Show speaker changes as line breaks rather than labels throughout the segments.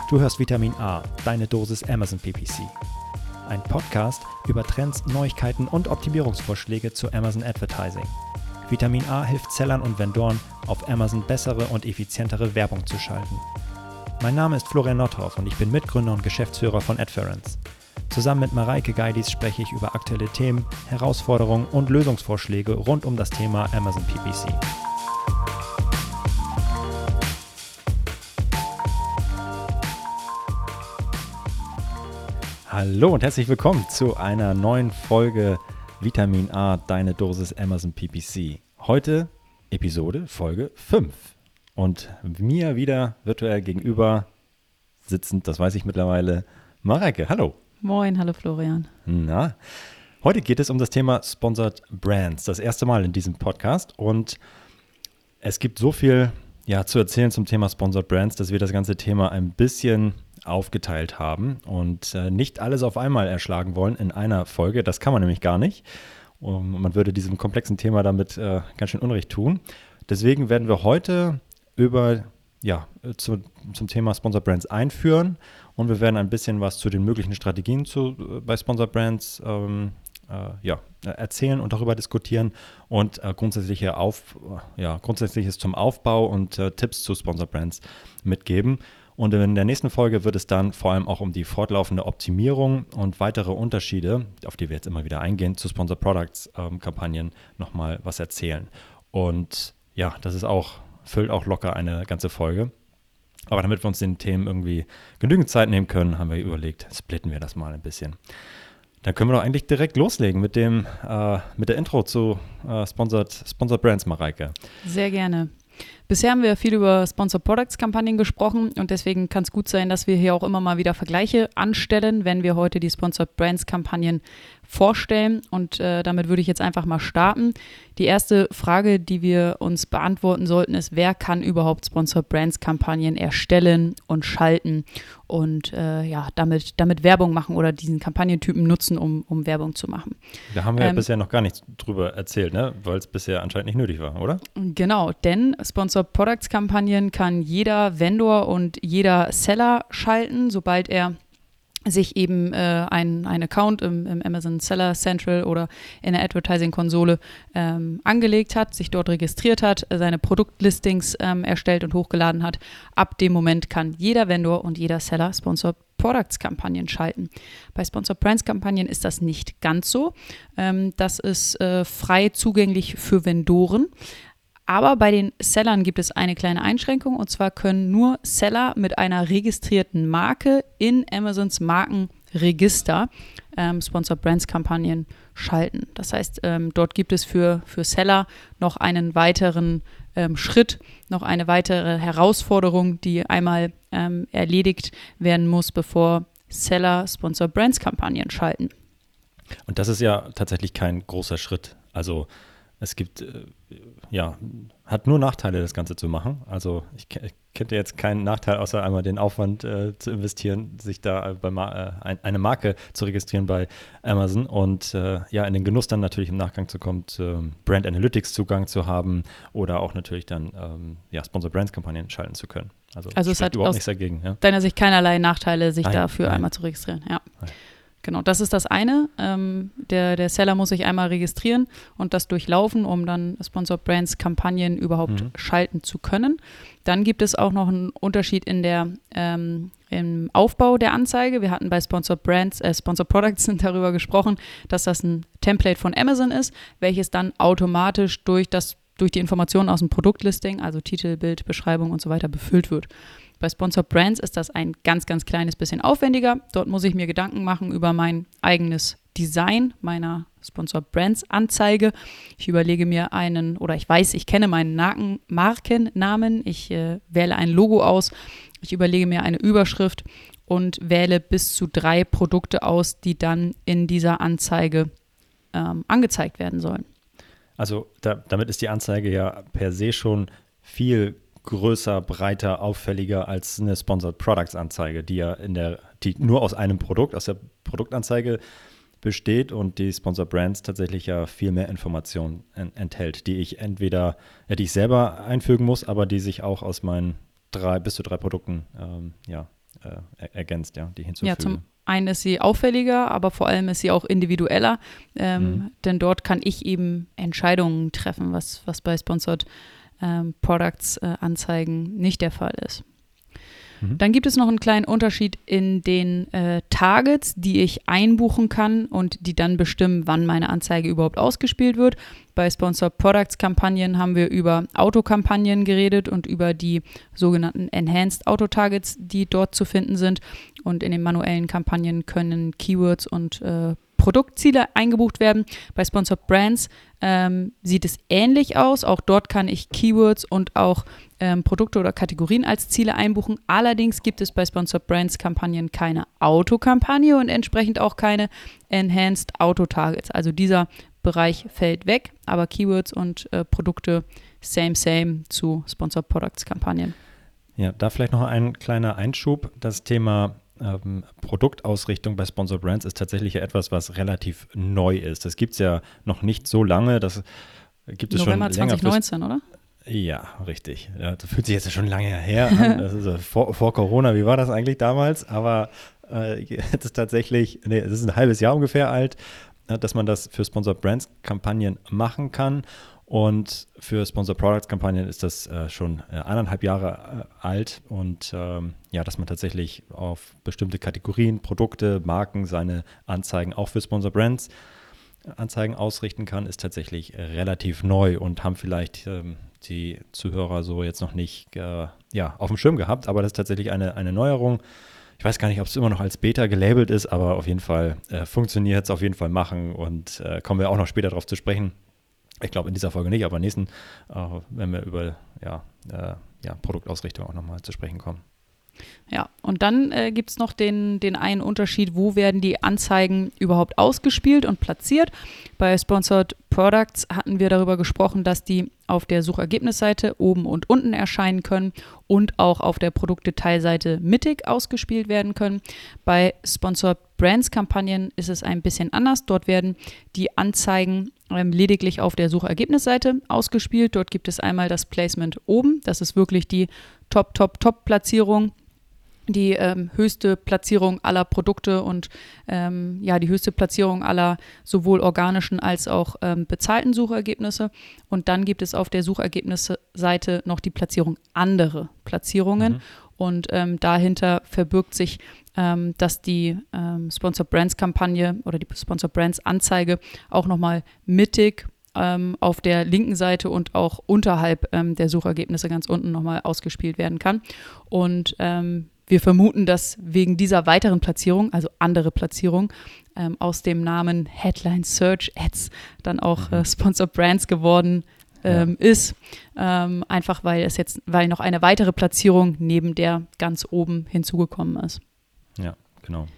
Du hörst Vitamin A, deine Dosis Amazon PPC. Ein Podcast über Trends, Neuigkeiten und Optimierungsvorschläge zu Amazon Advertising. Vitamin A hilft Sellern und Vendoren, auf Amazon bessere und effizientere Werbung zu schalten. Mein Name ist Florian Nothoff und ich bin Mitgründer und Geschäftsführer von Adference. Zusammen mit Mareike Geidis spreche ich über aktuelle Themen, Herausforderungen und Lösungsvorschläge rund um das Thema Amazon PPC. Hallo und herzlich willkommen zu einer neuen Folge Vitamin A, deine Dosis Amazon PPC. Heute Folge 5 und mir wieder virtuell gegenüber sitzend, das weiß ich mittlerweile, Mareike. Hallo.
Moin, hallo Florian.
Na, heute geht es um das Thema Sponsored Brands, das erste Mal in diesem Podcast und es gibt so viel zu erzählen zum Thema Sponsored Brands, dass wir das ganze Thema ein bisschen aufgeteilt haben und nicht alles auf einmal erschlagen wollen in einer Folge. Das kann man nämlich gar nicht. Und man würde diesem komplexen Thema damit ganz schön Unrecht tun. Deswegen werden wir heute zum Thema Sponsored Brands einführen und wir werden ein bisschen was zu den möglichen Strategien bei Sponsored Brands erzählen und darüber diskutieren und Grundsätzliches zum Aufbau und Tipps zu Sponsored Brands mitgeben. Und in der nächsten Folge wird es dann vor allem auch um die fortlaufende Optimierung und weitere Unterschiede, auf die wir jetzt immer wieder eingehen, zu Sponsored Products Kampagnen nochmal was erzählen. Und ja, das füllt auch locker eine ganze Folge. Aber damit wir uns den Themen irgendwie genügend Zeit nehmen können, haben wir überlegt, splitten wir das mal ein bisschen. Dann können wir doch eigentlich direkt loslegen mit der Intro zu Sponsored Brands, Mareike.
Sehr gerne. Bisher haben wir viel über Sponsored Products Kampagnen gesprochen und deswegen kann es gut sein, dass wir hier auch immer mal wieder Vergleiche anstellen, wenn wir heute die Sponsored Brands Kampagnen vorstellen und damit würde ich jetzt einfach mal starten. Die erste Frage, die wir uns beantworten sollten, ist, wer kann überhaupt Sponsored Brands Kampagnen erstellen und schalten und damit Werbung machen oder diesen Kampagnentypen nutzen, um Werbung zu machen.
Da haben wir bisher noch gar nichts drüber erzählt, ne? Weil es bisher anscheinend nicht nötig war, oder?
Genau, denn Sponsored Products Kampagnen kann jeder Vendor und jeder Seller schalten, sobald er sich eben einen Account im Amazon Seller Central oder in der Advertising-Konsole angelegt hat, sich dort registriert hat, seine Produktlistings erstellt und hochgeladen hat. Ab dem Moment kann jeder Vendor und jeder Seller Sponsored Products Kampagnen schalten. Bei Sponsored Brands Kampagnen ist das nicht ganz so. Das ist frei zugänglich für Vendoren. Aber bei den Sellern gibt es eine kleine Einschränkung und zwar können nur Seller mit einer registrierten Marke in Amazons Markenregister Sponsored Brands Kampagnen schalten. Das heißt, dort gibt es für Seller noch einen weiteren Schritt, noch eine weitere Herausforderung, die einmal erledigt werden muss, bevor Seller Sponsored Brands Kampagnen schalten.
Und das ist ja tatsächlich kein großer Schritt. Also es gibt, hat nur Nachteile, das Ganze zu machen. Also ich könnte jetzt keinen Nachteil, außer einmal den Aufwand zu investieren, sich da eine Marke zu registrieren bei Amazon und in den Genuss dann natürlich im Nachgang zu kommen, Brand Analytics Zugang zu haben oder auch natürlich dann Sponsored Brands Kampagnen schalten zu können. Also
es hat
überhaupt nichts dagegen. Ja?
Deiner Sicht keinerlei Nachteile, sich
Nein.
einmal zu registrieren. Ja.
Nein.
Genau, das ist das eine. Der Seller muss sich einmal registrieren und das durchlaufen, um dann Sponsored Brands Kampagnen überhaupt schalten zu können. Dann gibt es auch noch einen Unterschied im Aufbau der Anzeige. Wir hatten bei Sponsored Products darüber gesprochen, dass das ein Template von Amazon ist, welches dann automatisch durch die Informationen aus dem Produktlisting, also Titel, Bild, Beschreibung und so weiter, befüllt wird. Bei Sponsored Brands ist das ein ganz, ganz kleines bisschen aufwendiger. Dort muss ich mir Gedanken machen über mein eigenes Design meiner Sponsored Brands Anzeige. Ich überlege mir ich kenne meinen Markennamen. Ich wähle ein Logo aus. Ich überlege mir eine Überschrift und wähle bis zu 3 Produkte aus, die dann in dieser Anzeige angezeigt werden sollen. Also
damit ist die Anzeige ja per se schon viel größer, breiter, auffälliger als eine Sponsored Products Anzeige, die nur aus einem Produkt, aus der Produktanzeige besteht und die Sponsored Brands tatsächlich ja viel mehr Informationen enthält, die ich die ich selber einfügen muss, aber die sich auch aus meinen bis zu drei Produkten ergänzt, ja, die hinzufüge.
Ja, zum einen ist sie auffälliger, aber vor allem ist sie auch individueller, denn dort kann ich eben Entscheidungen treffen, was bei Sponsored Products Anzeigen nicht der Fall ist. Dann gibt es noch einen kleinen Unterschied in den Targets, die ich einbuchen kann und die dann bestimmen, wann meine Anzeige überhaupt ausgespielt wird. Bei Sponsored Products Kampagnen haben wir über Autokampagnen geredet und über die sogenannten Enhanced Auto Targets, die dort zu finden sind. Und in den manuellen Kampagnen können Keywords und Produktziele eingebucht werden. Bei Sponsored Brands sieht es ähnlich aus. Auch dort kann ich Keywords und auch Produkte oder Kategorien als Ziele einbuchen. Allerdings gibt es bei Sponsored Brands Kampagnen keine Autokampagne und entsprechend auch keine Enhanced Auto Targets. Also dieser Bereich fällt weg, aber Keywords und Produkte same zu Sponsored Products Kampagnen.
Ja, da vielleicht noch ein kleiner Einschub. Das Thema Produktausrichtung bei Sponsored Brands ist tatsächlich etwas, was relativ neu ist. Das gibt es ja noch nicht so lange. Das gibt es
November
schon länger.
2019, oder?
Ja, richtig. Ja, das fühlt sich jetzt schon lange her an. Das ist vor Corona. Wie war das eigentlich damals? Aber jetzt ist tatsächlich, es ist ein halbes Jahr ungefähr alt, dass man das für Sponsored Brands Kampagnen machen kann. Und für Sponsored Products Kampagnen ist das schon 1,5 Jahre alt und dass man tatsächlich auf bestimmte Kategorien, Produkte, Marken seine Anzeigen auch für Sponsored Brands Anzeigen ausrichten kann, ist tatsächlich relativ neu und haben vielleicht die Zuhörer so jetzt noch nicht auf dem Schirm gehabt, aber das ist tatsächlich eine Neuerung. Ich weiß gar nicht, ob es immer noch als Beta gelabelt ist, aber auf jeden Fall funktioniert es, auf jeden Fall machen und kommen wir auch noch später darauf zu sprechen. Ich glaube in dieser Folge nicht, aber nächsten, wenn wir über Produktausrichtung auch nochmal zu sprechen kommen.
Ja, und dann gibt es noch den einen Unterschied, wo werden die Anzeigen überhaupt ausgespielt und platziert. Bei Sponsored Products hatten wir darüber gesprochen, dass die auf der Suchergebnisseite oben und unten erscheinen können und auch auf der Produktdetailseite mittig ausgespielt werden können. Bei Sponsored Brands Kampagnen ist es ein bisschen anders. Dort werden die Anzeigen lediglich auf der Suchergebnisseite ausgespielt. Dort gibt es einmal das Placement oben. Das ist wirklich die Top-Platzierung. Die höchste Platzierung aller Produkte und die höchste Platzierung aller sowohl organischen als auch bezahlten Suchergebnisse. Und dann gibt es auf der Suchergebnisseite noch die Platzierung andere Platzierungen. Und dahinter verbirgt sich, dass die Sponsored Brands Kampagne oder die Sponsored Brands Anzeige auch nochmal mittig auf der linken Seite und auch unterhalb der Suchergebnisse ganz unten nochmal ausgespielt werden kann. Und wir vermuten, dass wegen dieser weiteren Platzierung, also andere Platzierung, aus dem Namen Headline Search Ads dann auch Sponsored Brands geworden ist. Einfach weil noch eine weitere Platzierung neben der ganz oben hinzugekommen ist.
Ja, genau.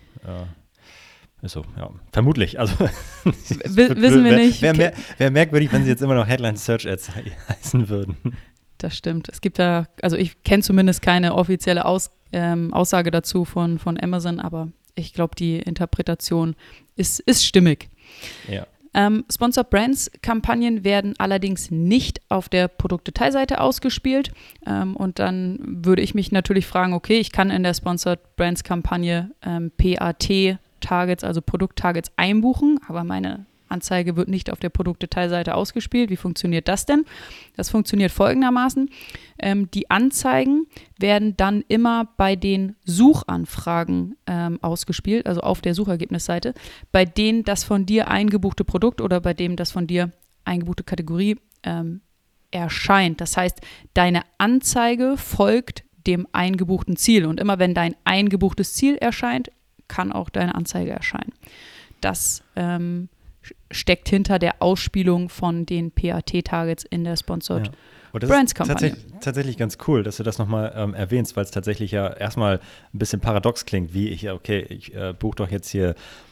Ist so, ja. Vermutlich. Also
wissen wir nicht.
Wäre merkwürdig, wenn sie jetzt immer noch Headline Search Ads heißen würden.
Das stimmt. Es gibt also ich kenne zumindest keine offizielle Aussage dazu von Amazon, aber ich glaube, die Interpretation ist stimmig.
Ja.
Sponsored Brands Kampagnen werden allerdings nicht auf der Produktdetailseite ausgespielt. Und dann würde ich mich natürlich fragen, okay, ich kann in der Sponsored Brands Kampagne PAT Targets, also Produkttargets einbuchen, aber meine Anzeige wird nicht auf der Produktdetailseite ausgespielt. Wie funktioniert das denn? Das funktioniert folgendermaßen. Die Anzeigen werden dann immer bei den Suchanfragen ausgespielt, also auf der Suchergebnisseite, bei denen das von dir eingebuchte Produkt oder bei dem das von dir eingebuchte Kategorie erscheint. Das heißt, deine Anzeige folgt dem eingebuchten Ziel und immer wenn dein eingebuchtes Ziel erscheint, kann auch deine Anzeige erscheinen. Das steckt hinter der Ausspielung von den PAT-Targets in der Sponsored Brands-Kampagne.
Tatsächlich ganz cool, dass du das nochmal erwähnst, weil es tatsächlich ja erstmal ein bisschen paradox klingt, wie ich buche doch jetzt hier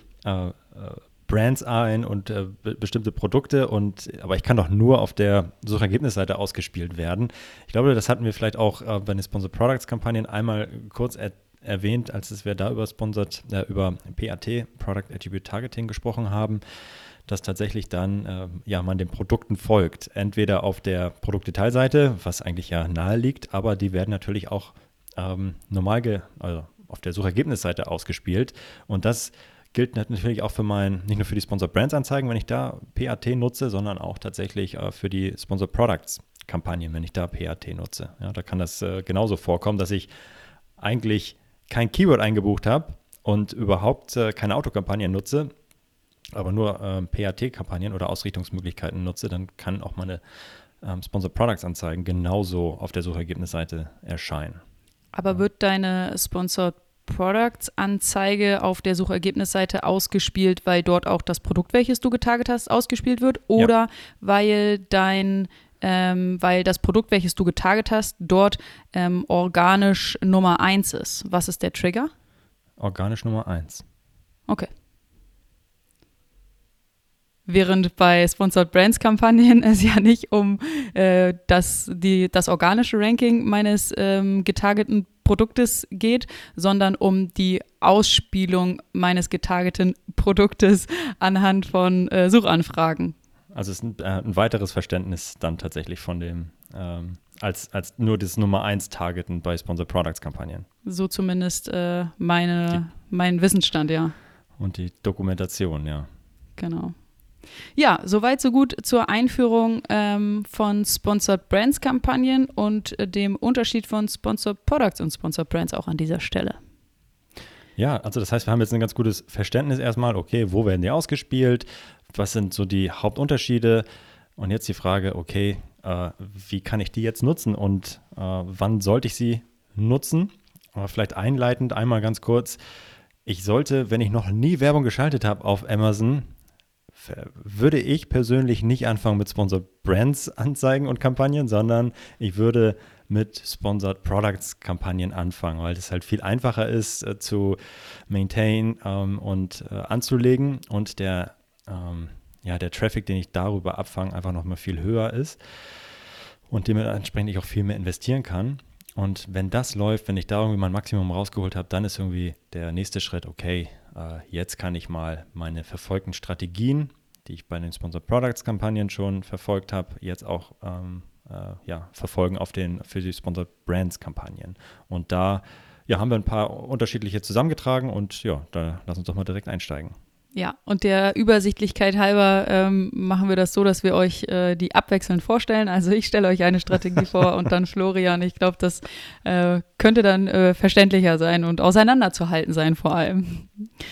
Brands ein und bestimmte Produkte, aber ich kann doch nur auf der Suchergebnisseite ausgespielt werden. Ich glaube, das hatten wir vielleicht auch bei den Sponsored Products-Kampagnen einmal kurz erwähnt, als wir da über PAT, Product Attribute Targeting, gesprochen haben, dass tatsächlich dann man den Produkten folgt. Entweder auf der Produktdetailseite, was eigentlich ja nahe liegt, aber die werden natürlich auch auf der Suchergebnisseite ausgespielt. Und das gilt natürlich auch nicht nur für die Sponsored Brands Anzeigen, wenn ich da PAT nutze, sondern auch tatsächlich für die Sponsored Products Kampagnen, wenn ich da PAT nutze. Ja, da kann das genauso vorkommen, dass ich eigentlich kein Keyword eingebucht habe und überhaupt keine Autokampagnen nutze, aber nur PAT-Kampagnen oder Ausrichtungsmöglichkeiten nutze, dann kann auch meine Sponsored Products Anzeigen genauso auf der Suchergebnisseite erscheinen.
Aber wird deine Sponsored Products Anzeige auf der Suchergebnisseite ausgespielt, weil dort auch das Produkt, welches du getarget hast, ausgespielt wird? Oder weil weil das Produkt, welches du getarget hast, dort organisch Nummer 1 ist? Was ist der Trigger?
Organisch Nummer 1.
Okay. Während bei Sponsored Brands Kampagnen es ja nicht um das organische Ranking meines getargeten Produktes geht, sondern um die Ausspielung meines getargeten Produktes anhand von Suchanfragen.
Also es ist ein weiteres Verständnis dann tatsächlich von dem, als nur das Nummer 1 Targeten bei Sponsored Products Kampagnen.
So zumindest mein Wissensstand, ja.
Und die Dokumentation, ja.
Genau. Ja, soweit so gut zur Einführung von Sponsored Brands Kampagnen und dem Unterschied von Sponsored Products und Sponsored Brands auch an dieser Stelle.
Ja, also das heißt, wir haben jetzt ein ganz gutes Verständnis erstmal, okay, wo werden die ausgespielt, was sind so die Hauptunterschiede und jetzt die Frage, okay, wie kann ich die jetzt nutzen und wann sollte ich sie nutzen? Vielleicht einleitend einmal ganz kurz, ich sollte, wenn ich noch nie Werbung geschaltet habe auf Amazon, würde ich persönlich nicht anfangen mit Sponsored Brands Anzeigen und Kampagnen, sondern ich würde mit Sponsored Products Kampagnen anfangen, weil das halt viel einfacher ist zu maintain und anzulegen und der Traffic, den ich darüber abfange, einfach nochmal viel höher ist und dementsprechend ich auch viel mehr investieren kann. Und wenn das läuft, wenn ich da irgendwie mein Maximum rausgeholt habe, dann ist irgendwie der nächste Schritt, okay, jetzt kann ich mal meine verfolgten Strategien, die ich bei den Sponsored Products Kampagnen schon verfolgt habe, jetzt auch verfolgen für die Sponsored Brands Kampagnen. Und da haben wir ein paar unterschiedliche zusammengetragen und ja, da lass uns doch mal direkt einsteigen.
Ja, und der Übersichtlichkeit halber machen wir das so, dass wir euch die abwechselnd vorstellen. Also ich stelle euch eine Strategie vor und dann Florian. Ich glaube, das könnte dann verständlicher sein und auseinanderzuhalten sein vor allem.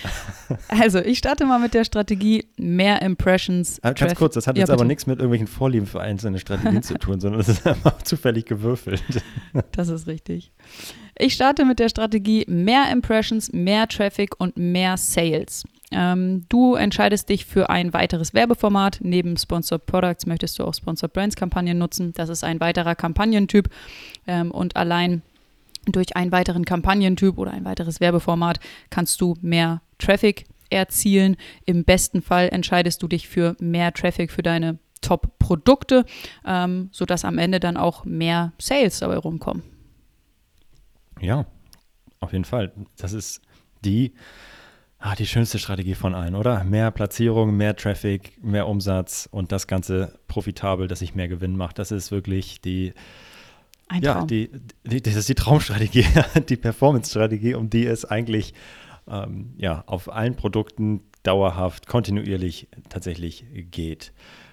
Also ich starte mal mit der Strategie mehr Impressions.
Ganz kurz, das hat jetzt aber nichts mit irgendwelchen Vorlieben für einzelne Strategien zu tun, sondern das ist einfach zufällig gewürfelt.
Das ist richtig. Ich starte mit der Strategie mehr Impressions, mehr Traffic und mehr Sales. Du entscheidest dich für ein weiteres Werbeformat. Neben Sponsored Products möchtest du auch Sponsored Brands Kampagnen nutzen. Das ist ein weiterer Kampagnentyp und allein durch einen weiteren Kampagnentyp oder ein weiteres Werbeformat kannst du mehr Traffic erzielen. Im besten Fall entscheidest du dich für mehr Traffic für deine Top-Produkte, sodass am Ende dann auch mehr Sales dabei rumkommen.
Ja, auf jeden Fall. Das ist die schönste Strategie von allen, oder? Mehr Platzierung, mehr Traffic, mehr Umsatz und das Ganze profitabel, dass ich mehr Gewinn mache. Das ist wirklich
ein Traum.
Das ist die Traumstrategie, die Performance-Strategie, um die es eigentlich auf allen Produkten dauerhaft, kontinuierlich tatsächlich geht.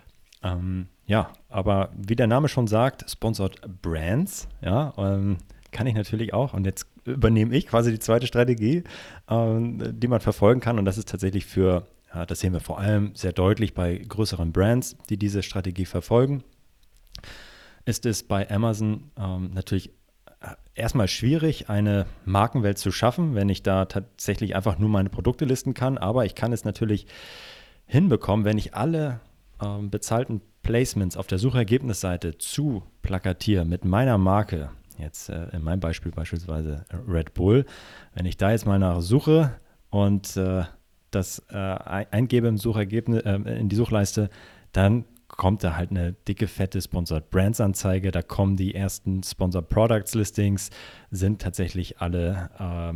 Aber wie der Name schon sagt, Sponsored Brands, kann ich natürlich auch. Und jetzt übernehme ich quasi die zweite Strategie, die man verfolgen kann. Und das ist tatsächlich das sehen wir vor allem sehr deutlich bei größeren Brands, die diese Strategie verfolgen, ist es bei Amazon natürlich erstmal schwierig, eine Markenwelt zu schaffen, wenn ich da tatsächlich einfach nur meine Produkte listen kann. Aber ich kann es natürlich hinbekommen, wenn ich alle bezahlten Placements auf der Suchergebnisseite zu plakatiere mit meiner Marke. Jetzt in meinem Beispiel beispielsweise Red Bull. Wenn ich da jetzt mal nach suche und das eingebe im Suchergebnis, in die Suchleiste, dann kommt da halt eine dicke, fette Sponsored Brands Anzeige. Da kommen die ersten Sponsored Products Listings, sind tatsächlich alle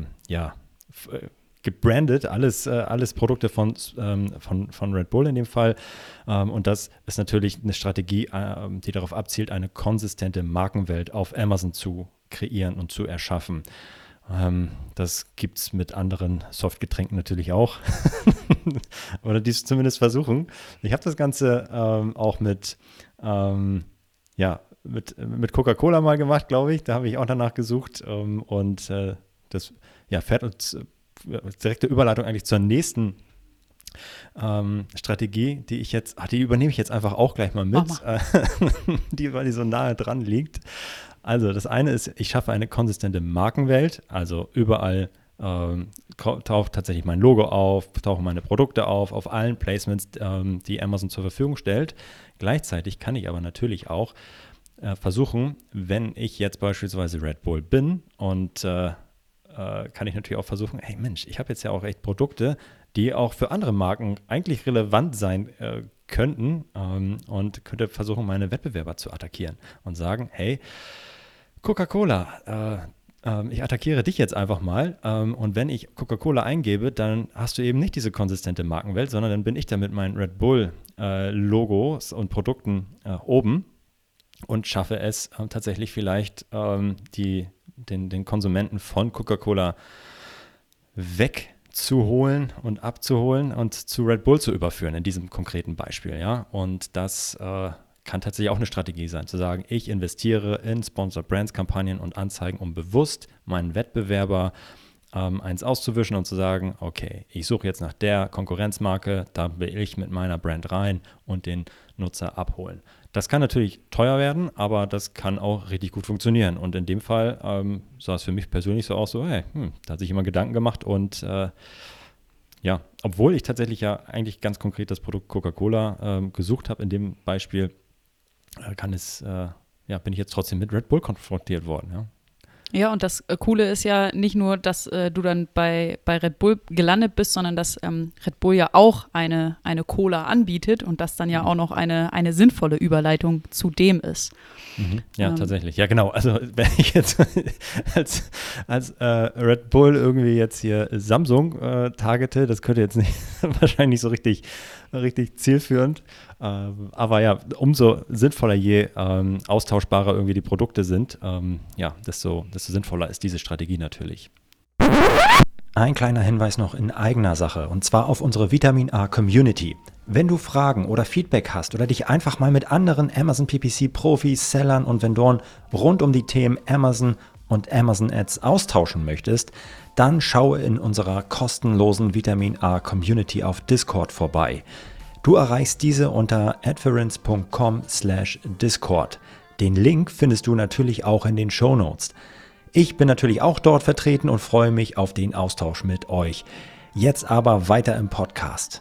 gebrandet, alles Produkte von Red Bull in dem Fall. Und das ist natürlich eine Strategie, die darauf abzielt, eine konsistente Markenwelt auf Amazon zu kreieren und zu erschaffen. Das gibt es mit anderen Softgetränken natürlich auch. Oder die es zumindest versuchen. Ich habe das Ganze auch mit Coca-Cola mal gemacht, glaube ich. Da habe ich auch danach gesucht. Das fährt uns direkte Überleitung eigentlich zur nächsten Strategie, die übernehme ich jetzt einfach auch gleich mal mit, weil die so nahe dran liegt. Also das eine ist, ich schaffe eine konsistente Markenwelt, also überall taucht tatsächlich mein Logo auf, tauchen meine Produkte auf allen Placements, die Amazon zur Verfügung stellt. Gleichzeitig kann ich aber natürlich auch versuchen, wenn ich jetzt beispielsweise Red Bull bin und kann ich natürlich auch versuchen, hey Mensch, ich habe jetzt ja auch echt Produkte, die auch für andere Marken eigentlich relevant sein könnten und könnte versuchen, meine Wettbewerber zu attackieren und sagen, hey, Coca-Cola, ich attackiere dich jetzt einfach mal und wenn ich Coca-Cola eingebe, dann hast du eben nicht diese konsistente Markenwelt, sondern dann bin ich da mit meinen Red Bull Logos und Produkten oben und schaffe es tatsächlich vielleicht den Konsumenten von Coca-Cola wegzuholen und abzuholen und zu Red Bull zu überführen, in diesem konkreten Beispiel, ja. Und das kann tatsächlich auch eine Strategie sein, zu sagen, ich investiere in Sponsored Brands Kampagnen und Anzeigen, um bewusst meinen Wettbewerber eins auszuwischen und zu sagen, okay, ich suche jetzt nach der Konkurrenzmarke, da will ich mit meiner Brand rein und den Nutzer abholen. Das kann natürlich teuer werden, aber das kann auch richtig gut funktionieren. Und in dem Fall sah es für mich persönlich so aus, da hat sich jemand Gedanken gemacht und obwohl ich tatsächlich ja eigentlich ganz konkret das Produkt Coca-Cola gesucht habe, in dem Beispiel bin ich jetzt trotzdem mit Red Bull konfrontiert worden, ja.
Ja, und das Coole ist ja nicht nur, dass du dann bei Red Bull gelandet bist, sondern dass Red Bull ja auch eine Cola anbietet und das dann ja auch noch eine sinnvolle Überleitung zu dem ist.
Ja, tatsächlich. Ja, genau. Also wenn ich jetzt als Red Bull irgendwie jetzt hier Samsung targete, das könnte jetzt nicht wahrscheinlich so richtig zielführend. Aber ja, umso sinnvoller, je austauschbarer irgendwie die Produkte sind, desto sinnvoller ist diese Strategie natürlich. Ein kleiner Hinweis noch in eigener Sache, und zwar auf unsere Vitamin A Community. Wenn du Fragen oder Feedback hast oder dich einfach mal mit anderen Amazon PPC Profis, Sellern und Vendoren rund um die Themen Amazon und Amazon Ads austauschen möchtest, dann schaue in unserer kostenlosen Vitamin A Community auf Discord vorbei. Du erreichst diese unter adference.com/Discord. Den Link findest du natürlich auch in den Shownotes. Ich bin natürlich auch dort vertreten und freue mich auf den Austausch mit euch. Jetzt aber weiter im Podcast.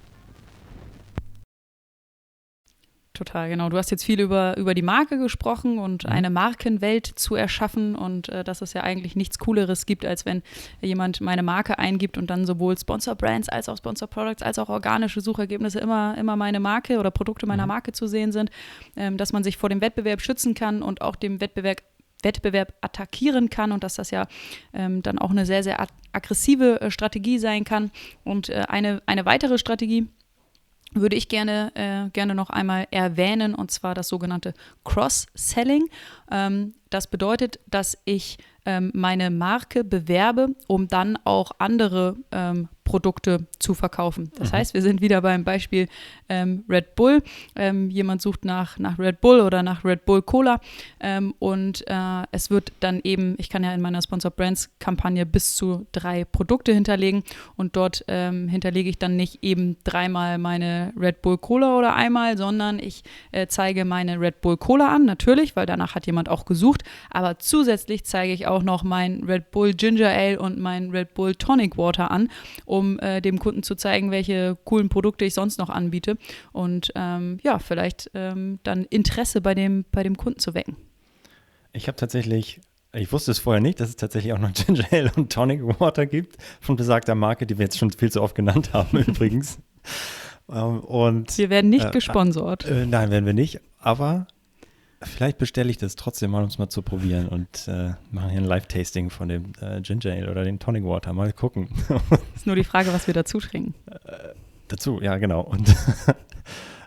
Total, genau. Du hast jetzt viel über die Marke gesprochen und eine Markenwelt zu erschaffen und dass es ja eigentlich nichts Cooleres gibt, als wenn jemand meine Marke eingibt und dann sowohl Sponsor Brands als auch Sponsor Products als auch organische Suchergebnisse immer meine Marke oder Produkte meiner Marke zu sehen sind, dass man sich vor dem Wettbewerb schützen kann und auch dem Wettbewerb attackieren kann und dass das ja dann auch eine sehr, sehr aggressive Strategie sein kann. Und eine weitere Strategie würde ich gerne noch einmal erwähnen, und zwar das sogenannte Cross-Selling. Das bedeutet, dass ich meine Marke bewerbe, um dann auch andere Produkte zu verkaufen. Das heißt, wir sind wieder beim Beispiel Red Bull. Jemand sucht nach Red Bull oder nach Red Bull Cola und es wird dann eben, ich kann ja in meiner Sponsored Brands Kampagne bis zu 3 Produkte hinterlegen und dort hinterlege ich dann nicht eben 3-mal meine Red Bull Cola oder einmal, sondern ich zeige meine Red Bull Cola an, natürlich, weil danach hat jemand auch gesucht, aber zusätzlich zeige ich auch noch mein Red Bull Ginger Ale und mein Red Bull Tonic Water an, um dem Kunden zu zeigen, welche coolen Produkte ich sonst noch anbiete und vielleicht dann Interesse bei dem Kunden zu wecken.
Ich wusste es vorher nicht, dass es tatsächlich auch noch Ginger Ale und Tonic Water gibt, von besagter Marke, die wir jetzt schon viel zu oft genannt haben übrigens. Und
wir werden nicht gesponsert.
Nein, werden wir nicht, aber vielleicht bestelle ich das trotzdem mal, um es mal zu probieren und mache hier ein Live-Tasting von dem Ginger Ale oder dem Tonic Water. Mal gucken.
Ist nur die Frage, was wir dazu trinken.
Dazu, ja genau. Und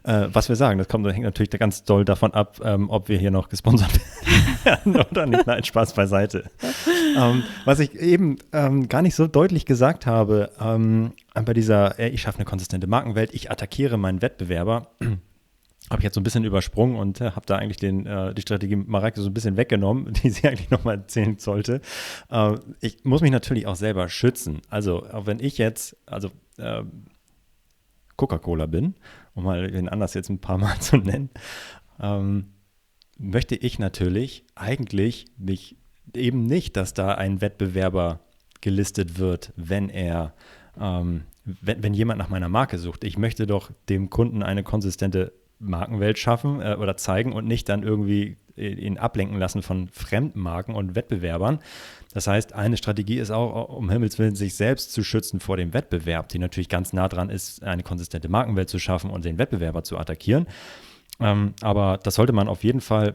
Was wir sagen, das hängt natürlich ganz doll davon ab, ob wir hier noch gesponsert werden oder nicht. Nein, Spaß beiseite. Was ich eben gar nicht so deutlich gesagt habe, bei dieser, ich schaffe eine konsistente Markenwelt, ich attackiere meinen Wettbewerber, habe ich jetzt so ein bisschen übersprungen und habe da eigentlich die Strategie mit Mareike so ein bisschen weggenommen, die sie eigentlich nochmal erzählen sollte. Ich muss mich natürlich auch selber schützen. Also auch wenn ich jetzt, Coca-Cola bin, um mal den Anlass jetzt ein paar Mal zu nennen, möchte ich natürlich eigentlich mich eben nicht, dass da ein Wettbewerber gelistet wird, wenn jemand nach meiner Marke sucht. Ich möchte doch dem Kunden eine konsistente Markenwelt schaffen oder zeigen und nicht dann irgendwie ihn ablenken lassen von Fremdmarken und Wettbewerbern. Das heißt, eine Strategie ist auch, um Himmels Willen, sich selbst zu schützen vor dem Wettbewerb, die natürlich ganz nah dran ist, eine konsistente Markenwelt zu schaffen und den Wettbewerber zu attackieren. Aber das sollte man auf jeden Fall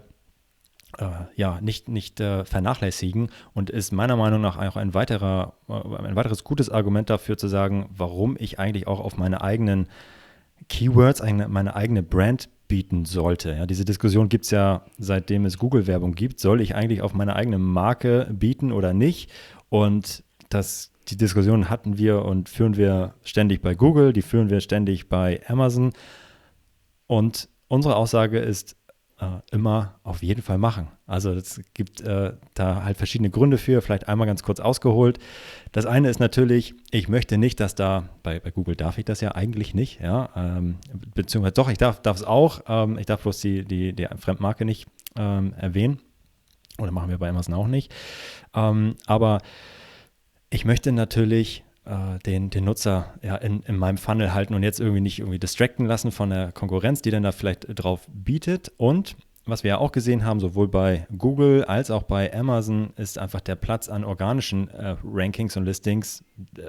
nicht vernachlässigen und ist meiner Meinung nach auch ein weiteres gutes Argument dafür zu sagen, warum ich eigentlich auch auf meine eigenen Keywords, meine eigene Brand bieten sollte. Ja, diese Diskussion gibt es ja, seitdem es Google-Werbung gibt. Soll ich eigentlich auf meine eigene Marke bieten oder nicht? Und die Diskussion hatten wir und führen wir ständig bei Google, die führen wir ständig bei Amazon. Und unsere Aussage ist, immer auf jeden Fall machen. Also es gibt da halt verschiedene Gründe für, vielleicht einmal ganz kurz ausgeholt. Das eine ist natürlich, ich möchte nicht, dass da, bei Google darf ich das ja eigentlich nicht, ja, beziehungsweise doch, ich darf es auch, ich darf bloß die Fremdmarke nicht erwähnen oder machen wir bei Amazon auch nicht. Aber ich möchte natürlich den Nutzer in meinem Funnel halten und jetzt nicht distracten lassen von der Konkurrenz, die dann da vielleicht drauf bietet. Und was wir ja auch gesehen haben, sowohl bei Google als auch bei Amazon, ist einfach der Platz an organischen Rankings und Listings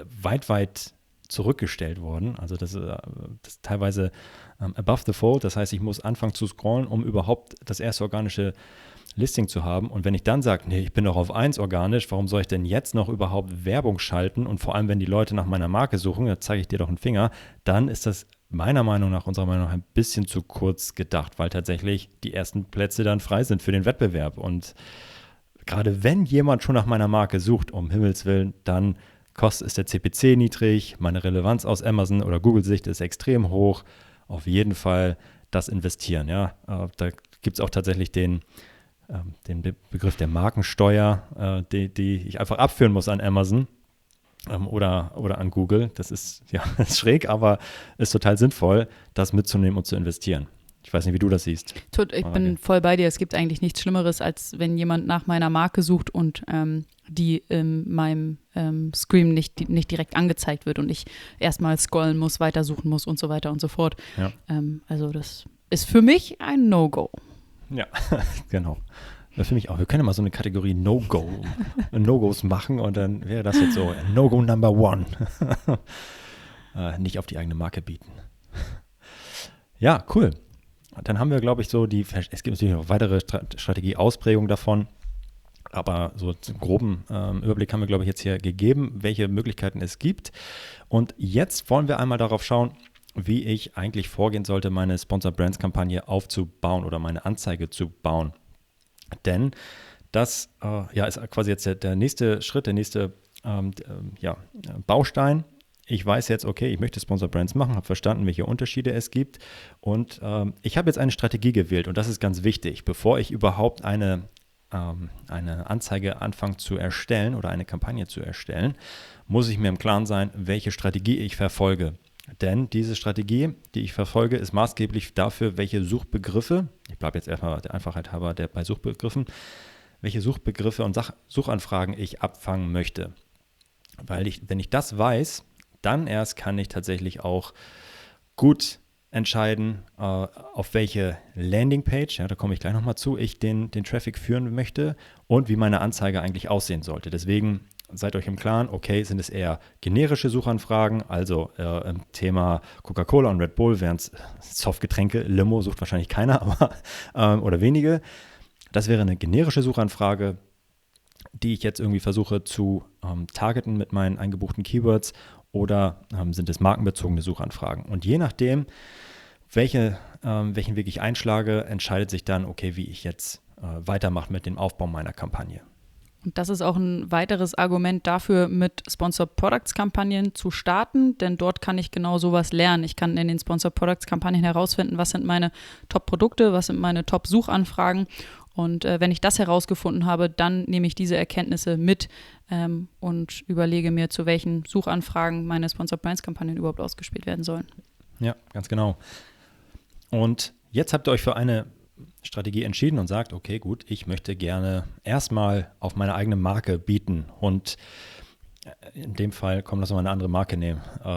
weit zurückgestellt worden. Also das ist teilweise above the fold. Das heißt, ich muss anfangen zu scrollen, um überhaupt das erste organische Listing zu haben. Und wenn ich dann sage, nee, ich bin doch auf 1 organisch, warum soll ich denn jetzt noch überhaupt Werbung schalten? Und vor allem, wenn die Leute nach meiner Marke suchen, da zeige ich dir doch einen Finger, dann ist das unserer Meinung nach ein bisschen zu kurz gedacht, weil tatsächlich die ersten Plätze dann frei sind für den Wettbewerb. Und gerade wenn jemand schon nach meiner Marke sucht, um Himmels Willen, dann ist der CPC niedrig, meine Relevanz aus Amazon oder Google-Sicht ist extrem hoch. Auf jeden Fall das investieren. Ja, da gibt es auch tatsächlich den Begriff der Markensteuer, die ich einfach abführen muss an Amazon oder an Google. Das ist ist schräg, aber ist total sinnvoll, das mitzunehmen und zu investieren. Ich weiß nicht, wie du das siehst.
Ich bin voll bei dir. Es gibt eigentlich nichts Schlimmeres, als wenn jemand nach meiner Marke sucht und die in meinem Screen nicht direkt angezeigt wird und ich erstmal scrollen muss, weitersuchen muss und so weiter und so fort.
Ja.
Also das ist für mich ein No-Go.
Ja, genau. Für mich auch. Wir können ja mal so eine Kategorie No-Gos machen und dann wäre das jetzt so No-Go Number 1. Nicht auf die eigene Marke bieten. Ja, cool. Dann haben wir, glaube ich, es gibt natürlich noch weitere Strategieausprägungen davon, aber so einen groben Überblick haben wir, glaube ich, jetzt hier gegeben, welche Möglichkeiten es gibt. Und jetzt wollen wir einmal darauf schauen, wie ich eigentlich vorgehen sollte, meine Sponsored Brands Kampagne aufzubauen oder meine Anzeige zu bauen. Denn das ist quasi jetzt der nächste Schritt, der nächste Baustein. Ich weiß jetzt, okay, ich möchte Sponsored Brands machen, habe verstanden, welche Unterschiede es gibt und ich habe jetzt eine Strategie gewählt und das ist ganz wichtig. Bevor ich überhaupt eine Anzeige anfange zu erstellen oder eine Kampagne zu erstellen, muss ich mir im Klaren sein, welche Strategie ich verfolge. Denn diese Strategie, die ich verfolge, ist maßgeblich dafür, welche Suchbegriffe, ich bleibe jetzt erstmal der Einfachheit halber bei Suchbegriffen, welche Suchbegriffe und Suchanfragen ich abfangen möchte. Weil wenn ich das weiß, dann erst kann ich tatsächlich auch gut entscheiden, auf welche Landingpage, da komme ich gleich nochmal zu, ich den Traffic führen möchte und wie meine Anzeige eigentlich aussehen sollte. Deswegen seid euch im Klaren, okay, sind es eher generische Suchanfragen, also im Thema Coca-Cola und Red Bull wären es Softgetränke, Limo sucht wahrscheinlich keiner, aber oder wenige. Das wäre eine generische Suchanfrage, die ich jetzt irgendwie versuche zu targeten mit meinen eingebuchten Keywords oder sind es markenbezogene Suchanfragen. Und je nachdem, welchen Weg ich einschlage, entscheidet sich dann, okay, wie ich jetzt weitermache mit dem Aufbau meiner Kampagne.
Und das ist auch ein weiteres Argument dafür, mit Sponsored Products Kampagnen zu starten, denn dort kann ich genau sowas lernen. Ich kann in den Sponsored Products Kampagnen herausfinden, was sind meine Top-Produkte, was sind meine Top-Suchanfragen. Und wenn ich das herausgefunden habe, dann nehme ich diese Erkenntnisse mit und überlege mir, zu welchen Suchanfragen meine Sponsored Brands Kampagnen überhaupt ausgespielt werden sollen.
Ja, ganz genau. Und jetzt habt ihr euch für eine Strategie entschieden und sagt, okay, gut, ich möchte gerne erstmal auf meine eigene Marke bieten und in dem Fall, komm, lass uns mal eine andere Marke nehmen,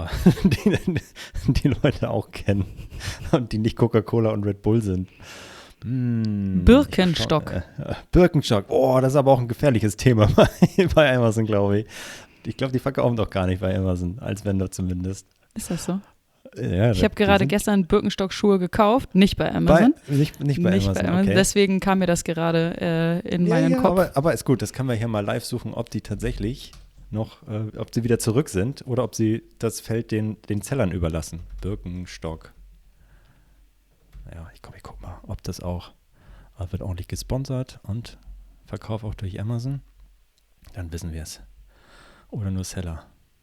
die Leute auch kennen und die nicht Coca-Cola und Red Bull sind.
Birkenstock.
Birkenstock, oh, das ist aber auch ein gefährliches Thema bei Amazon, glaube ich. Ich glaube, die verkaufen doch gar nicht bei Amazon, als Vendor zumindest.
Ist das so?
Ja,
ich habe gerade gestern Birkenstock-Schuhe gekauft, nicht bei Amazon.
Nicht bei Amazon, okay.
Deswegen kam mir das gerade in meinen Kopf.
Aber ist gut, das können wir hier mal live suchen, ob die tatsächlich noch, ob sie wieder zurück sind oder ob sie das Feld den Sellern überlassen. Birkenstock. Ja, ich guck mal, ob das auch wird ordentlich gesponsert und Verkauf auch durch Amazon. Dann wissen wir es. Oder nur Seller.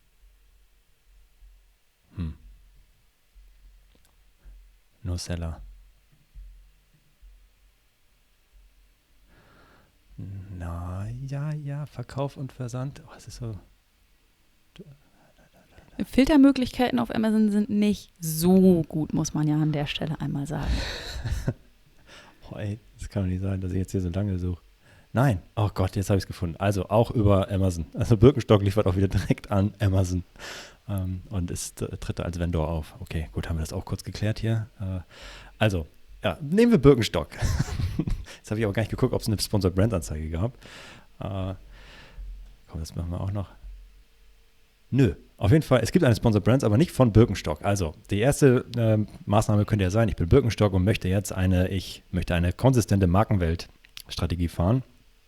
Nur Seller. Na, ja, Verkauf und Versand. Oh, es ist so.
Filtermöglichkeiten auf Amazon sind nicht so gut, muss man ja an der Stelle einmal sagen.
Oh, ey, das kann doch nicht sein, dass ich jetzt hier so lange suche. Nein, oh Gott, jetzt habe ich es gefunden. Also auch über Amazon. Also Birkenstock liefert auch wieder direkt an Amazon und tritt da als Vendor auf. Okay, gut, haben wir das auch kurz geklärt hier. Also, ja, nehmen wir Birkenstock. Jetzt habe ich aber gar nicht geguckt, ob es eine Sponsored Brand Anzeige gab. Komm, das machen wir auch noch. Nö, auf jeden Fall, es gibt eine Sponsored Brands, aber nicht von Birkenstock. Also, die erste Maßnahme könnte ja sein, ich bin Birkenstock und möchte jetzt eine konsistente Markenwelt-Strategie fahren.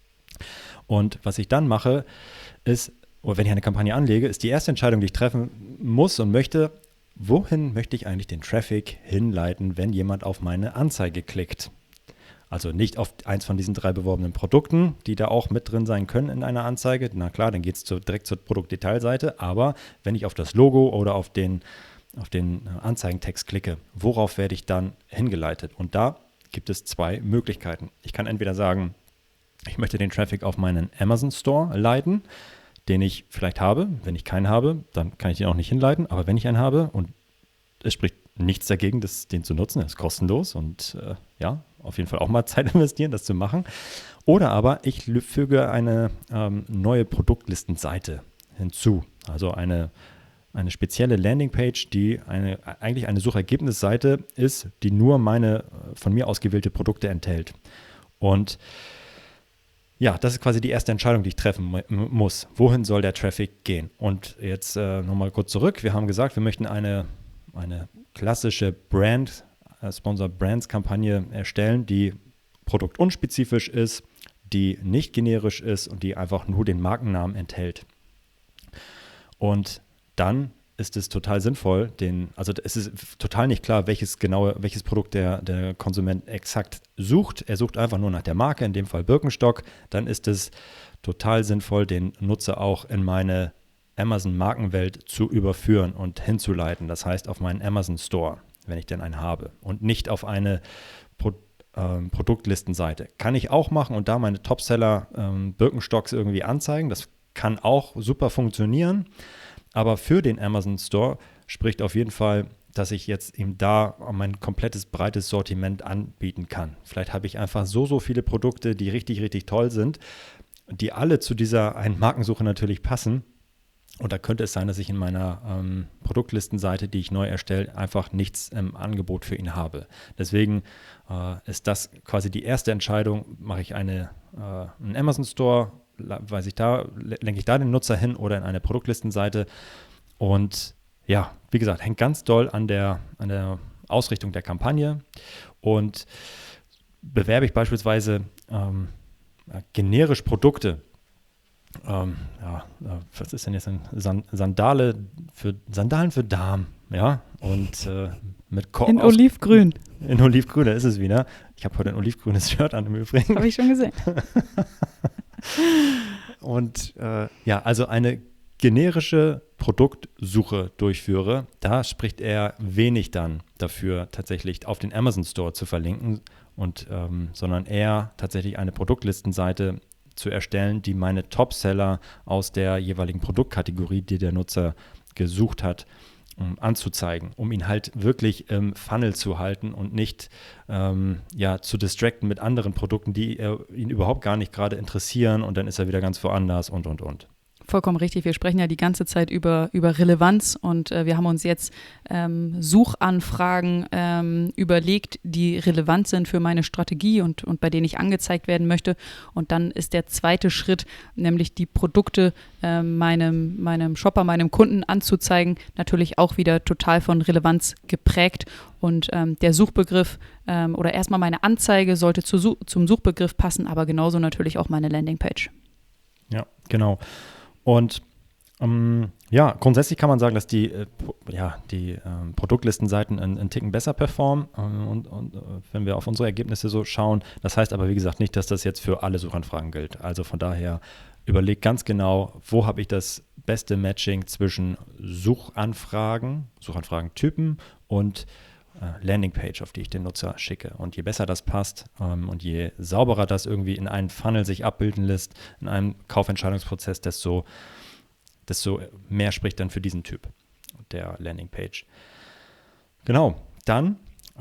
Und was ich dann mache, ist, oder wenn ich eine Kampagne anlege, ist die erste Entscheidung, die ich treffen muss und möchte, wohin möchte ich eigentlich den Traffic hinleiten, wenn jemand auf meine Anzeige klickt? Also nicht auf eins von diesen 3 beworbenen Produkten, die da auch mit drin sein können in einer Anzeige. Na klar, dann geht es direkt zur Produktdetailseite. Aber wenn ich auf das Logo oder auf den Anzeigentext klicke, worauf werde ich dann hingeleitet? Und da gibt es 2 Möglichkeiten. Ich kann entweder sagen, ich möchte den Traffic auf meinen Amazon Store leiten, den ich vielleicht habe. Wenn ich keinen habe, dann kann ich den auch nicht hinleiten. Aber wenn ich einen habe und es spricht nichts dagegen, den zu nutzen, er ist kostenlos und auf jeden Fall auch mal Zeit investieren, das zu machen. Oder aber ich füge eine neue Produktlistenseite hinzu. Also eine spezielle Landingpage, die eigentlich eine Suchergebnisseite ist, die nur meine von mir ausgewählte Produkte enthält. Und ja, das ist quasi die erste Entscheidung, die ich treffen muss. Wohin soll der Traffic gehen? Und jetzt nochmal kurz zurück. Wir haben gesagt, wir möchten eine klassische Sponsored Brands Kampagne erstellen, die produktunspezifisch ist, die nicht generisch ist und die einfach nur den Markennamen enthält. Und dann ist es total sinnvoll, es ist total nicht klar, welches Produkt der Konsument exakt sucht. Er sucht einfach nur nach der Marke, in dem Fall Birkenstock. Dann ist es total sinnvoll, den Nutzer auch in meine Amazon-Markenwelt zu überführen und hinzuleiten. Das heißt auf meinen Amazon Store, wenn ich denn einen habe. Und nicht auf eine Produktlistenseite. Kann ich auch machen und da meine Topseller Birkenstocks irgendwie anzeigen. Das kann auch super funktionieren. Aber für den Amazon Store spricht auf jeden Fall, dass ich jetzt eben da mein komplettes, breites Sortiment anbieten kann. Vielleicht habe ich einfach so viele Produkte, die richtig, richtig toll sind, die alle zu dieser einen Markensuche natürlich passen. Und da könnte es sein, dass ich in meiner Produktlistenseite, die ich neu erstelle, einfach nichts im Angebot für ihn habe. Deswegen ist das quasi die erste Entscheidung. Mache ich einen Amazon Store, lenke ich da den Nutzer hin oder in eine Produktlistenseite. Und ja, wie gesagt, hängt ganz doll an der Ausrichtung der Kampagne. Und bewerbe ich beispielsweise generisch Produkte, was ist denn jetzt Sandalen für Damen? Ja, und mit
In Olivgrün.
In Olivgrün, da ist es wieder. Ich habe heute ein olivgrünes Shirt an im Übrigen.
Habe ich schon gesehen.
Und also eine generische Produktsuche durchführe, da spricht er wenig dann dafür, tatsächlich auf den Amazon Store zu verlinken, sondern eher tatsächlich eine Produktlistenseite zu erstellen, die meine Topseller aus der jeweiligen Produktkategorie, die der Nutzer gesucht hat, anzuzeigen, um ihn halt wirklich im Funnel zu halten und nicht zu distracten mit anderen Produkten, die ihn überhaupt gar nicht gerade interessieren, und dann ist er wieder ganz woanders und.
Vollkommen richtig. Wir sprechen ja die ganze Zeit über Relevanz, und wir haben uns jetzt Suchanfragen überlegt, die relevant sind für meine Strategie und bei denen ich angezeigt werden möchte. Und dann ist der zweite Schritt, nämlich die Produkte meinem Shopper, meinem Kunden anzuzeigen, natürlich auch wieder total von Relevanz geprägt. Und der Suchbegriff oder erstmal meine Anzeige sollte zum Suchbegriff passen, aber genauso natürlich auch meine Landingpage.
Ja, genau. Und grundsätzlich kann man sagen, dass die Produktlistenseiten einen Ticken besser performen, und wenn wir auf unsere Ergebnisse so schauen. Das heißt aber, wie gesagt, nicht, dass das jetzt für alle Suchanfragen gilt. Also von daher überleg ganz genau, wo habe ich das beste Matching zwischen Suchanfragentypen und Landingpage, auf die ich den Nutzer schicke. Und je besser das passt und je sauberer das irgendwie in einen Funnel sich abbilden lässt, in einem Kaufentscheidungsprozess, desto mehr spricht dann für diesen Typ der Landingpage. Genau, dann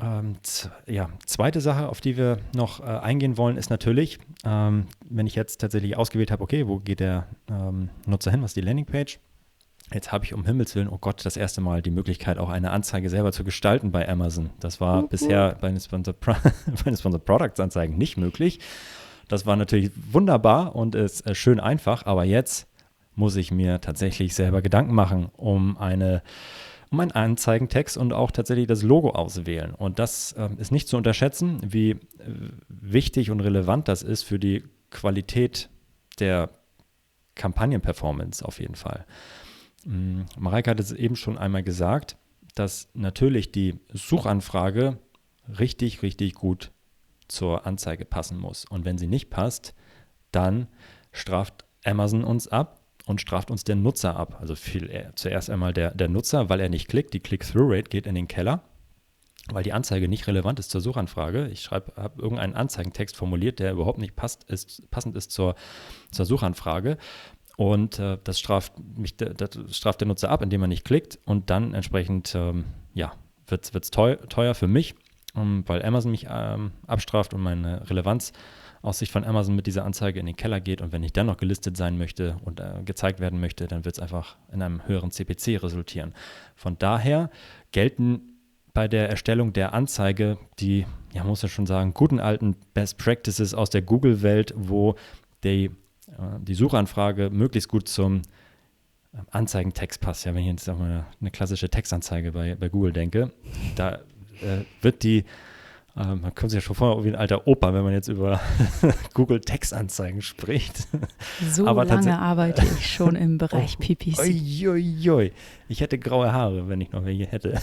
zweite Sache, auf die wir noch eingehen wollen, ist natürlich, wenn ich jetzt tatsächlich ausgewählt habe, okay, wo geht der Nutzer hin, was ist die Landingpage? Jetzt habe ich um Himmels Willen, oh Gott, das erste Mal die Möglichkeit, auch eine Anzeige selber zu gestalten bei Amazon. Das war bisher bei den Sponsored Products Anzeigen nicht möglich. Das war natürlich wunderbar und ist schön einfach, aber jetzt muss ich mir tatsächlich selber Gedanken machen um einen Anzeigentext und auch tatsächlich das Logo auswählen. Und das ist nicht zu unterschätzen, wie wichtig und relevant das ist für die Qualität der Kampagnenperformance auf jeden Fall. Mareike hat es eben schon einmal gesagt, dass natürlich die Suchanfrage richtig, richtig gut zur Anzeige passen muss. Und wenn sie nicht passt, dann straft Amazon uns ab und straft uns der Nutzer ab. Also zuerst einmal der Nutzer, weil er nicht klickt. Die Click-Through-Rate geht in den Keller, weil die Anzeige nicht relevant ist zur Suchanfrage. Ich habe irgendeinen Anzeigentext formuliert, der überhaupt nicht passend ist zur Suchanfrage. Und das straft der Nutzer ab, indem er nicht klickt, und dann entsprechend wird es teuer für mich, weil Amazon mich abstraft und meine Relevanz aus Sicht von Amazon mit dieser Anzeige in den Keller geht. Und wenn ich dann noch gelistet sein möchte und gezeigt werden möchte, dann wird es einfach in einem höheren CPC resultieren. Von daher gelten bei der Erstellung der Anzeige die, muss ja schon sagen, guten alten Best Practices aus der Google-Welt, wo die Suchanfrage möglichst gut zum Anzeigentext passt. Ja, wenn ich jetzt auch mal eine klassische Textanzeige bei Google denke, da wird man kommt sich ja schon vor wie ein alter Opa, wenn man jetzt über Google Textanzeigen spricht.
So
aber
lange arbeite ich schon im Bereich PPC.
Uiuiui. Ich hätte graue Haare, wenn ich noch welche hätte.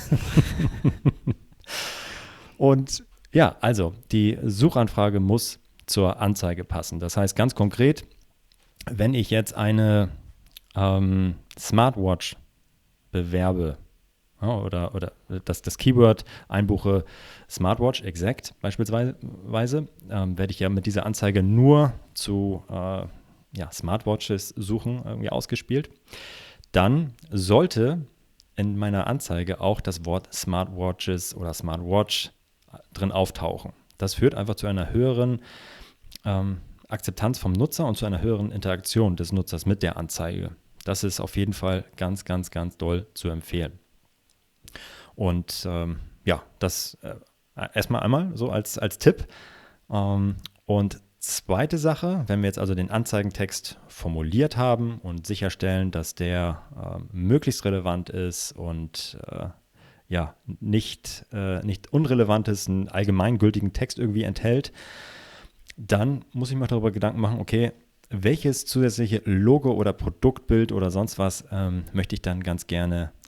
Und ja, also die Suchanfrage muss zur Anzeige passen. Das heißt ganz konkret, wenn ich jetzt eine Smartwatch bewerbe, oder das Keyword einbuche, Smartwatch Exact beispielsweise, werde ich ja mit dieser Anzeige nur zu Smartwatches suchen, irgendwie ausgespielt. Dann sollte in meiner Anzeige auch das Wort Smartwatches oder Smartwatch drin auftauchen. Das führt einfach zu einer höheren Akzeptanz vom Nutzer und zu einer höheren Interaktion des Nutzers mit der Anzeige. Das ist auf jeden Fall ganz, ganz, ganz doll zu empfehlen. Und das erstmal einmal so als Tipp. Und zweite Sache, wenn wir jetzt also den Anzeigentext formuliert haben und sicherstellen, dass der möglichst relevant ist und nicht unrelevantes, einen allgemeingültigen Text irgendwie enthält, dann muss ich mir darüber Gedanken machen, okay, welches zusätzliche Logo oder Produktbild oder sonst was möchte ich dann ganz gerne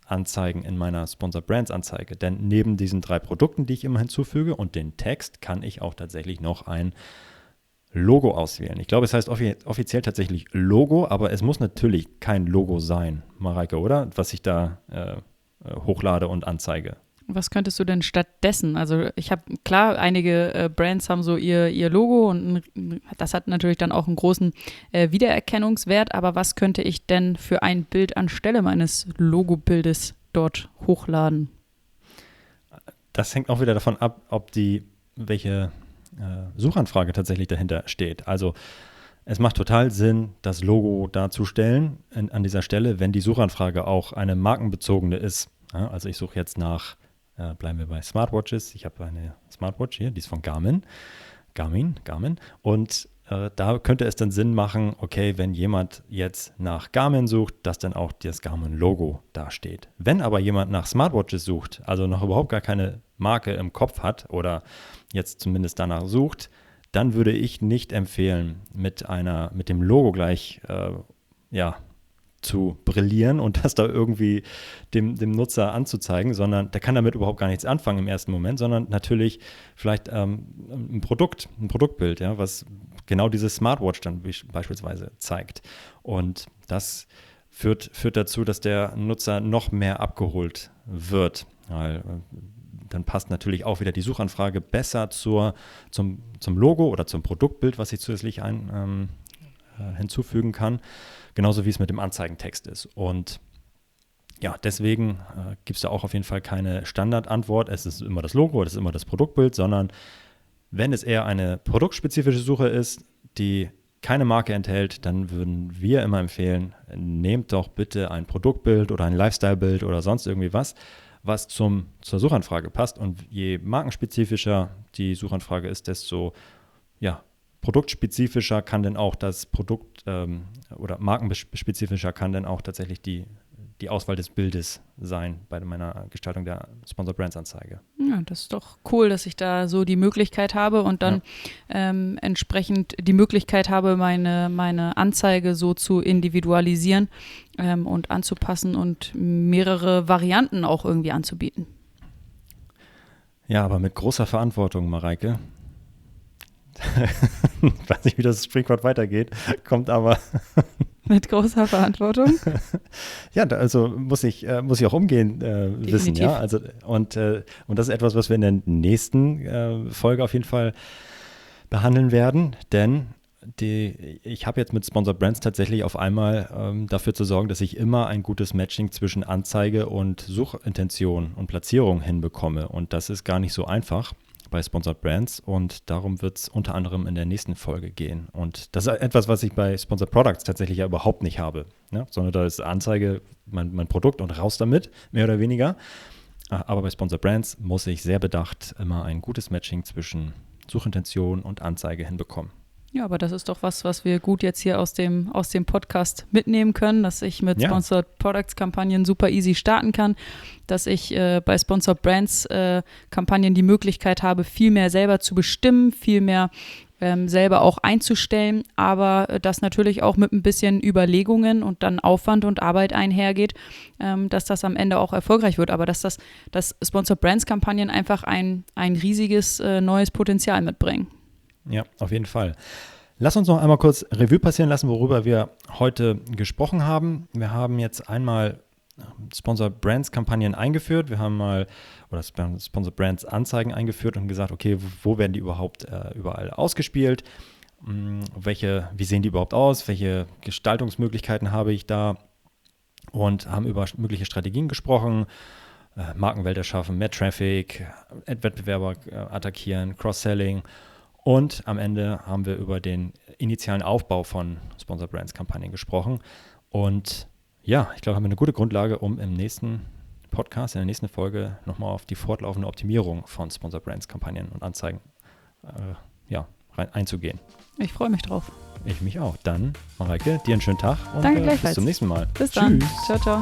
anzeigen in meiner Sponsored Brands Anzeige. Denn neben diesen 3 Produkten, die ich immer hinzufüge und den Text, kann ich auch tatsächlich noch ein Logo auswählen. Ich glaube, es heißt offiziell tatsächlich Logo, aber es muss natürlich kein Logo sein, Mareike, oder? Was ich da hochlade und anzeige.
Was könntest du denn stattdessen? Also ich habe, klar, einige Brands haben so ihr Logo und das hat natürlich dann auch einen großen Wiedererkennungswert, aber was könnte ich denn für ein Bild anstelle meines Logobildes dort hochladen?
Das hängt auch wieder davon ab, welche Suchanfrage tatsächlich dahinter steht. Also es macht total Sinn, das Logo darzustellen an dieser Stelle, wenn die Suchanfrage auch eine markenbezogene ist. Ja, also ich suche jetzt nach, bleiben wir bei Smartwatches. Ich habe eine Smartwatch hier, die ist von Garmin. Und da könnte es dann Sinn machen, okay, wenn jemand jetzt nach Garmin sucht, dass dann auch das Garmin-Logo dasteht. Wenn aber jemand nach Smartwatches sucht, also noch überhaupt gar keine Marke im Kopf hat oder jetzt zumindest danach sucht, dann würde ich nicht empfehlen, mit dem Logo gleich zu brillieren und das da irgendwie dem Nutzer anzuzeigen, sondern der kann damit überhaupt gar nichts anfangen im ersten Moment, sondern natürlich vielleicht ein Produktbild, ja, was genau diese Smartwatch dann beispielsweise zeigt. Und das führt dazu, dass der Nutzer noch mehr abgeholt wird, weil dann passt natürlich auch wieder die Suchanfrage besser zum Logo oder zum Produktbild, was ich zusätzlich hinzufügen kann. Genauso wie es mit dem Anzeigentext ist. Und ja, deswegen gibt es da auch auf jeden Fall keine Standardantwort. Es ist immer das Logo, es ist immer das Produktbild, sondern wenn es eher eine produktspezifische Suche ist, die keine Marke enthält, dann würden wir immer empfehlen, nehmt doch bitte ein Produktbild oder ein Lifestyle-Bild oder sonst irgendwie was zur Suchanfrage passt. Und je markenspezifischer die Suchanfrage ist, desto produktspezifischer kann dann auch das Produkt oder markenspezifischer kann dann auch tatsächlich die Auswahl des Bildes sein bei meiner Gestaltung der Sponsored Brands Anzeige.
Ja, das ist doch cool, dass ich da so die Möglichkeit habe und dann entsprechend die Möglichkeit habe, meine Anzeige so zu individualisieren und anzupassen und mehrere Varianten auch irgendwie anzubieten.
Ja, aber mit großer Verantwortung, Mareike. Ich weiß nicht, wie das Sprichwort weitergeht, kommt aber
mit großer Verantwortung.
Ja, also muss ich auch umgehen wissen, ja. Also und das ist etwas, was wir in der nächsten Folge auf jeden Fall behandeln werden, denn ich habe jetzt mit Sponsored Brands tatsächlich auf einmal dafür zu sorgen, dass ich immer ein gutes Matching zwischen Anzeige und Suchintention und Platzierung hinbekomme. Und das ist gar nicht so einfach bei Sponsored Brands und darum wird es unter anderem in der nächsten Folge gehen. Und das ist etwas, was ich bei Sponsored Products tatsächlich ja überhaupt nicht habe, ne? Sondern da ist Anzeige mein Produkt und raus damit, mehr oder weniger. Aber bei Sponsored Brands muss ich sehr bedacht immer ein gutes Matching zwischen Suchintention und Anzeige hinbekommen.
Ja, aber das ist doch was wir gut jetzt hier aus dem Podcast mitnehmen können, dass ich mit Sponsored Products Kampagnen super easy starten kann, dass ich bei Sponsored Brands Kampagnen die Möglichkeit habe, viel mehr selber zu bestimmen, viel mehr selber auch einzustellen, aber das natürlich auch mit ein bisschen Überlegungen und dann Aufwand und Arbeit einhergeht, dass das am Ende auch erfolgreich wird, aber dass Sponsored Brands Kampagnen einfach ein riesiges neues Potenzial mitbringen.
Ja, auf jeden Fall. Lass uns noch einmal kurz Revue passieren lassen, worüber wir heute gesprochen haben. Wir haben jetzt einmal Sponsored Brands Kampagnen eingeführt. Wir haben mal Sponsored Brands Anzeigen eingeführt und gesagt, okay, wo werden die überhaupt überall ausgespielt? Wie sehen die überhaupt aus? Welche Gestaltungsmöglichkeiten habe ich da? Und haben über mögliche Strategien gesprochen. Markenwelt erschaffen, mehr Traffic, Wettbewerber attackieren, Cross-Selling. Und am Ende haben wir über den initialen Aufbau von Sponsored Brands Kampagnen gesprochen. Und ja, ich glaube, haben wir eine gute Grundlage, um im nächsten Podcast, in der nächsten Folge nochmal auf die fortlaufende Optimierung von Sponsored Brands Kampagnen und Anzeigen einzugehen.
Ich freue mich drauf.
Ich mich auch. Dann, Mareike, dir einen schönen Tag und
Danke gleichfalls.
Bis zum nächsten Mal.
Bis dann. Ciao, ciao.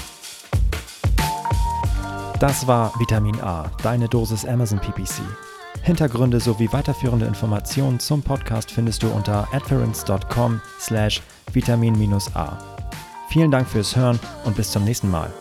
Das war Vitamin A, deine Dosis Amazon PPC. Hintergründe sowie weiterführende Informationen zum Podcast findest du unter adference.com/vitamin-a. Vielen Dank fürs Hören und bis zum nächsten Mal.